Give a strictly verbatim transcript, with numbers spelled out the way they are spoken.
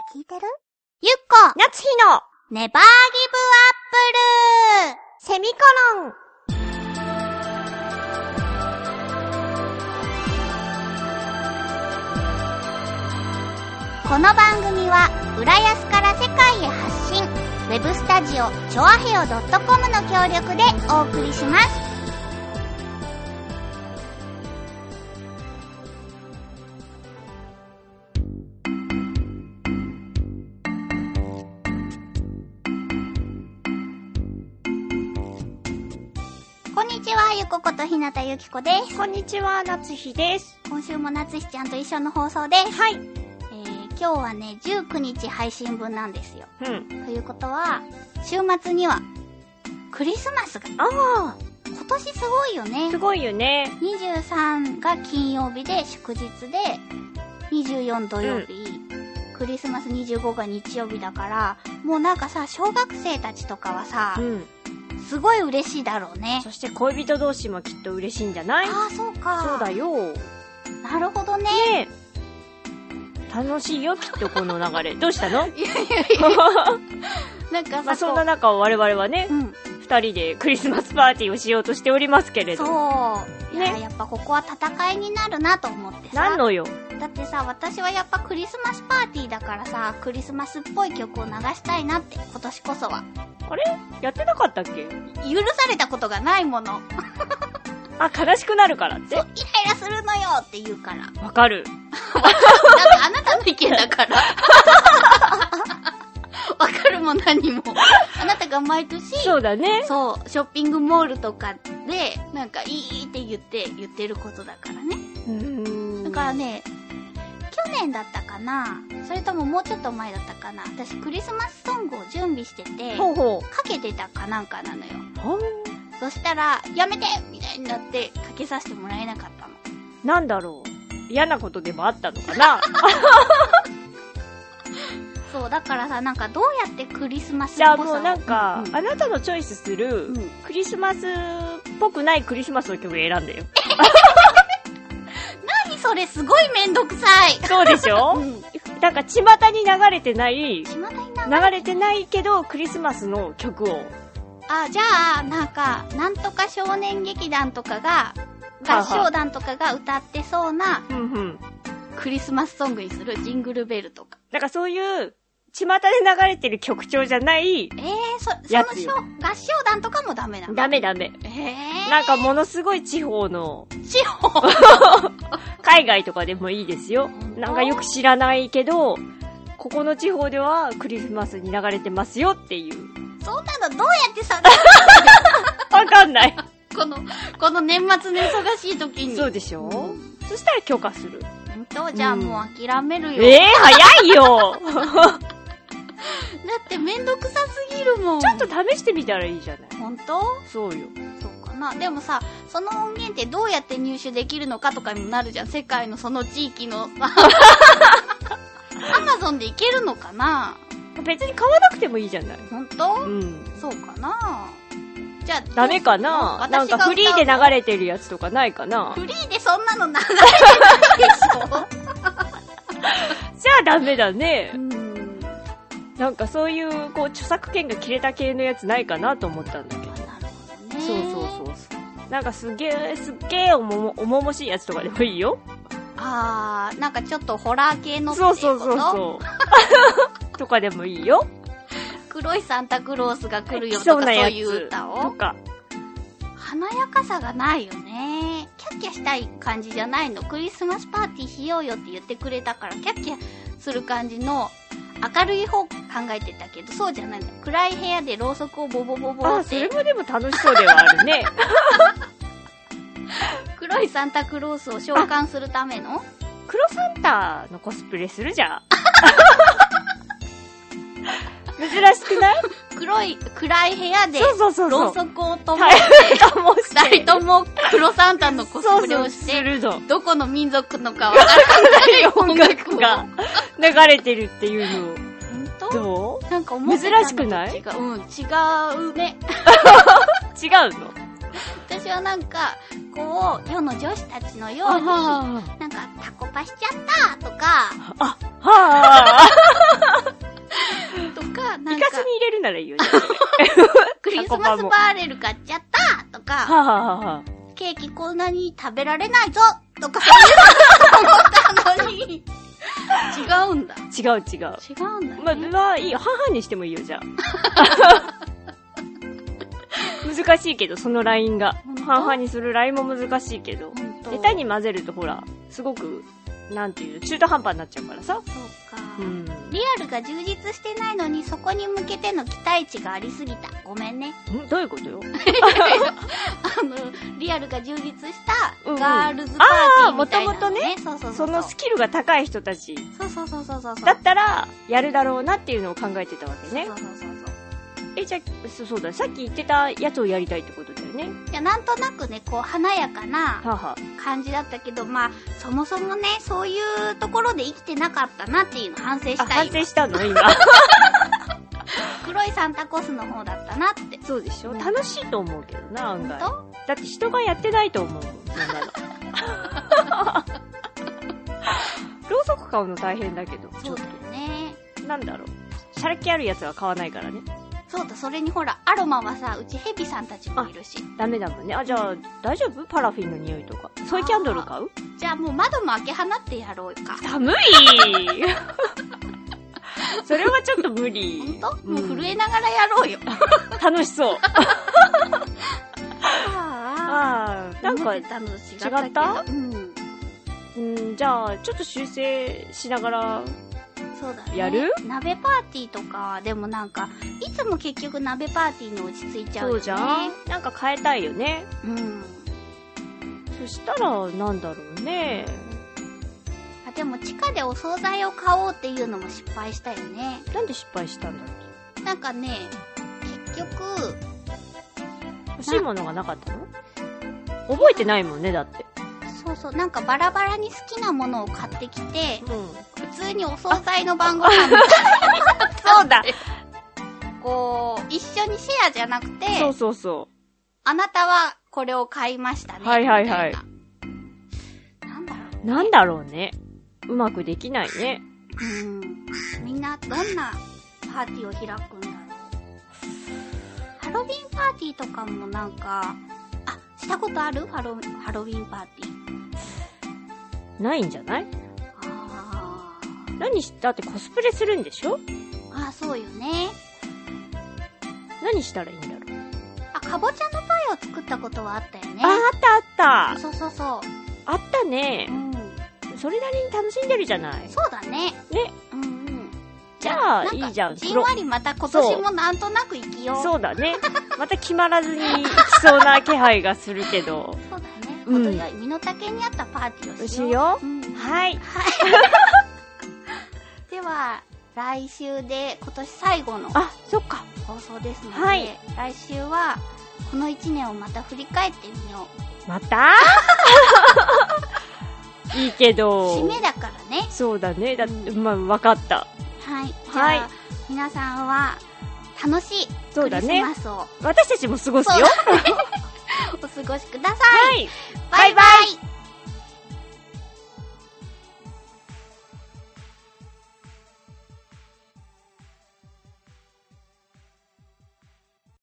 聞いてる？ゆっこ夏日のネバーギブアップルセミコロン。 この番組は浦安から世界へ発信、ウェブスタジオチョアヘオ .com の協力でお送りします。こんにちは、ゆこことひなたゆきこです。 こんにちは、夏日です。 今週も夏日ちゃんと一緒の放送です。 はい。 今日はね、じゅうくにち配信分なんですよ。 うん。 ということは、週末には、クリスマスが。 ああ。 今年すごいよね。 すごいよね。 にじゅうさんが金曜日で祝日で、にじゅうよん土曜日、うん、クリスマスにじゅうごが日曜日だから、もうなんかさ、小学生たちとかはさ、うん、すごい嬉しいだろうね。 そして恋人同士もきっと嬉しいんじゃない？ ああ、そうか。 そうだよ。 なるほどね。 ねえ。楽しいよ、きっとこの流れ。どうしたの？いやいやいやなんかさ、 まあ、そんな中を我々はね、うん、二人でクリスマスパーティーをしようとしておりますけれど。 そう。ね。やっぱここは戦いになるなと思ってさ。 なんのよ。 だってさ、私はやっぱクリスマスパーティーだからさ、クリスマスっぽい曲を流したいなって、今年こそは。 あれ？やってなかったっけ？ 許されたことがないもの。 あ、悲しくなるからって。 そう、イライラするのよって言うから。 わかる。 なんかあなたの意見だから。わかるも何も。あなたが毎年、 そうだね。 そう、ショッピングモールとかで、なんかいいって言って、言ってることだからね。うーん。だからね、去年だったかな、それとももうちょっと前だったかな、私クリスマスソングを準備してて、 ほうほう。 かけてたかなんかなのよ。 ほう。 そしたら、やめてみたいになって、かけさせてもらえなかったの。 なんだろう。嫌なことでもあったのかな。 そう、だからさ、なんかどうやってクリスマスっぽさを。 じゃあもうなんか、うんうん、あなたのチョイスする、うん、クリスマスっぽくないクリスマスの曲選んだよ。 何それ、すごいめんどくさい。 そうでしょ、うん、なんか巷に流れてない、 巷に流れてない流れてないけど、クリスマスの曲を。 あ、じゃあ、なんか、なんとか少年劇団とかが、合唱団とかが歌ってそうな、 うんうん、 クリスマスソングにする、ジングルベルとか。 なんかそういう、巷で流れてる曲調じゃない、 えー、そ、その合唱団とかもダメなの？ ダメダメ。 えー、 なんかものすごい地方の。 地方海外とかでもいいですよ。なんかよく知らないけど、ここの地方ではクリスマスに流れてますよっていう。 そんなのどうやってさ、 わかんない。 この、この年末の忙しい時に。 そうでしょ、うん、そしたら許可する。 ほんと？じゃあもう諦めるよ。 えー、早いよだってめんどくさすぎるもん。 ちょっと試してみたらいいじゃない。 ほんと？ そうよ。 そうかな。でもさ、その音源ってどうやって入手できるのかとかにもなるじゃん。世界のその地域の。アマゾンでいけるのかな？ 別に買わなくてもいいじゃない。 ほんと？ うん。 そうかな。じゃあ、 ダメかな？なんかフリーで流れてるやつとかないかな？ フリーでそんなの流れてないでしょじゃあダメだね。うん。なんかそういう、こう、著作権が切れた系のやつないかなと思ったんだけど。 なるほどね。 そうそうそうそう。なんかすげえ、すっげえおもも、おももしいやつとかでもいいよ。 あー、なんかちょっとホラー系のっていうこと？そうそうそうそう。とかでもいいよ。 黒いサンタクロースが来るよとかそういう歌をとか。 華やかさがないよね。キャッキャしたい感じじゃないの。クリスマスパーティーしようよって言ってくれたから、キャッキャする感じの明るい方考えてたけど、そうじゃないの。暗い部屋でろうそくをボボボボって。 あ、それもでも楽しそうではあるね。 黒いサンタクロースを召喚するための黒サンタのコスプレするじゃん。珍しくない？ 黒い、暗い部屋で、 そうそうそうそうろうそくを灯して、二人とも黒サンタのコスプレをして、 そうそうどこの民族のかわからない音楽が流れてるっていうの。 本当？ どう？ なんか思ってたのと違う。 珍しくない？ うん、違うね。 違うの？ 私はなんか、こう、世の女子たちのように、なんか、タコパしちゃったとか、 あ、はぁ生活に入れるならいいよね。 クリスマスバーレル買っちゃったとか、 はあ、はあはあ、 ケーキこんなに食べられないぞとかそういうの思ったのに違うんだ。 違う違う。 違うんだね。 まあ、まあいいよ。半々にしてもいいよ、じゃあ。難しいけど、そのラインが。半々にするラインも難しいけど。下手に混ぜるとほら、すごく、なんていうの、中途半端になっちゃうからさ。 そうか。 うん。 リアルが充実してないのに、そこに向けての期待値がありすぎた。ごめんね。 んどういうことよあの、リアルが充実したガールズパーティーみたいな、ね。 ああ、もともとね。 そうそうそう。 そのスキルが高い人たち。 そうそうそうそうそう。 だったら、やるだろうなっていうのを考えてたわけね。 そうそうそうそう。 え、じゃあ、そ、そうだ、さっき言ってたやつをやりたいってことだよね。 いや、なんとなくね、こう、華やかなはは感じだったけど、まあ、そもそもね、そういうところで生きてなかったなっていうの反省したい。 反省したの今。 黒いサンタコスの方だったなって。 そうでしょ、うん、楽しいと思うけどな、案外。 だって人がやってないと思うもん、そんなの。ろうそく買うの大変だけど。 そうだよね。 なんだろう。シャレ気あるやつは買わないからね。 そうだ、それにほら、アロマはさ、うちヘビさんたちもいるし。 ダメだもんね。あ、じゃあ、大丈夫？パラフィンの匂いとか。ソイキャンドル買う？ じゃあもう窓も開け放ってやろうか。 寒いそれはちょっと無理。 ほんと？もう震えながらやろうよ。 楽しそう。 ああ、なんか、違ったの違った違った？ うん。 うん、じゃあ、ちょっと修正しながら、 そうだね。 やる？ 鍋パーティーとか、でもなんか、いつも結局鍋パーティーに落ち着いちゃうよね。 そうじゃん？なんか変えたいよね。 うん。 そしたら、なんだろうね。 あ、でも地下でお惣菜を買おうっていうのも失敗したよね。 なんで失敗したんだっなんかね、結局、 欲しいものがなかったの？覚えてないもんね、だって。 そうそう、なんかバラバラに好きなものを買ってきて、 うん、 普通にお惣菜の晩ご飯みたいな。 そうだ。 こう、一緒にシェアじゃなくて、 そうそうそう。 あなたはこれを買いましたね。 はいはいはい。 なんだろう、ね。 なんだろうね。うまくできないね。 うん。みんなどんなパーティーを開くんだろう。ハロウィンパーティーとかもなんか、あ、したことある？ハロ、ハロウィンパーティー。 ないんじゃない？ あー。 何し、だってコスプレするんでしょ？ あ、そうよね。 何したらいいんだろう。 あ、かぼちゃのパイを作ったことはあったよね。 あ、あったあった。 そうそうそう。 あったね。うん。それなりに楽しんでるじゃない。 そうだね。 ね。 うんうん。 じゃあ、いいじゃん。 じんわりまた今年もなんとなく生きよう。 そうだね。また決まらずに行きそうな気配がするけど。 そうだね。ほどよい身の丈に合ったパーティーをしよう。 しよう。 うん、 はい。 はい。では、来週で今年最後のあ、そっか。 放送ですので、 はい、 来週はこの一年をまた振り返ってみよう。またいいけど。 締めだからね。 そうだね。だって、うん、まあ、わかった。 はい。じゃあ、はい、皆さんは楽しいクリスマスを、 ね、私たちも過ごすよ。 お過ごしください。 はい。 バイバイ。バイバイ。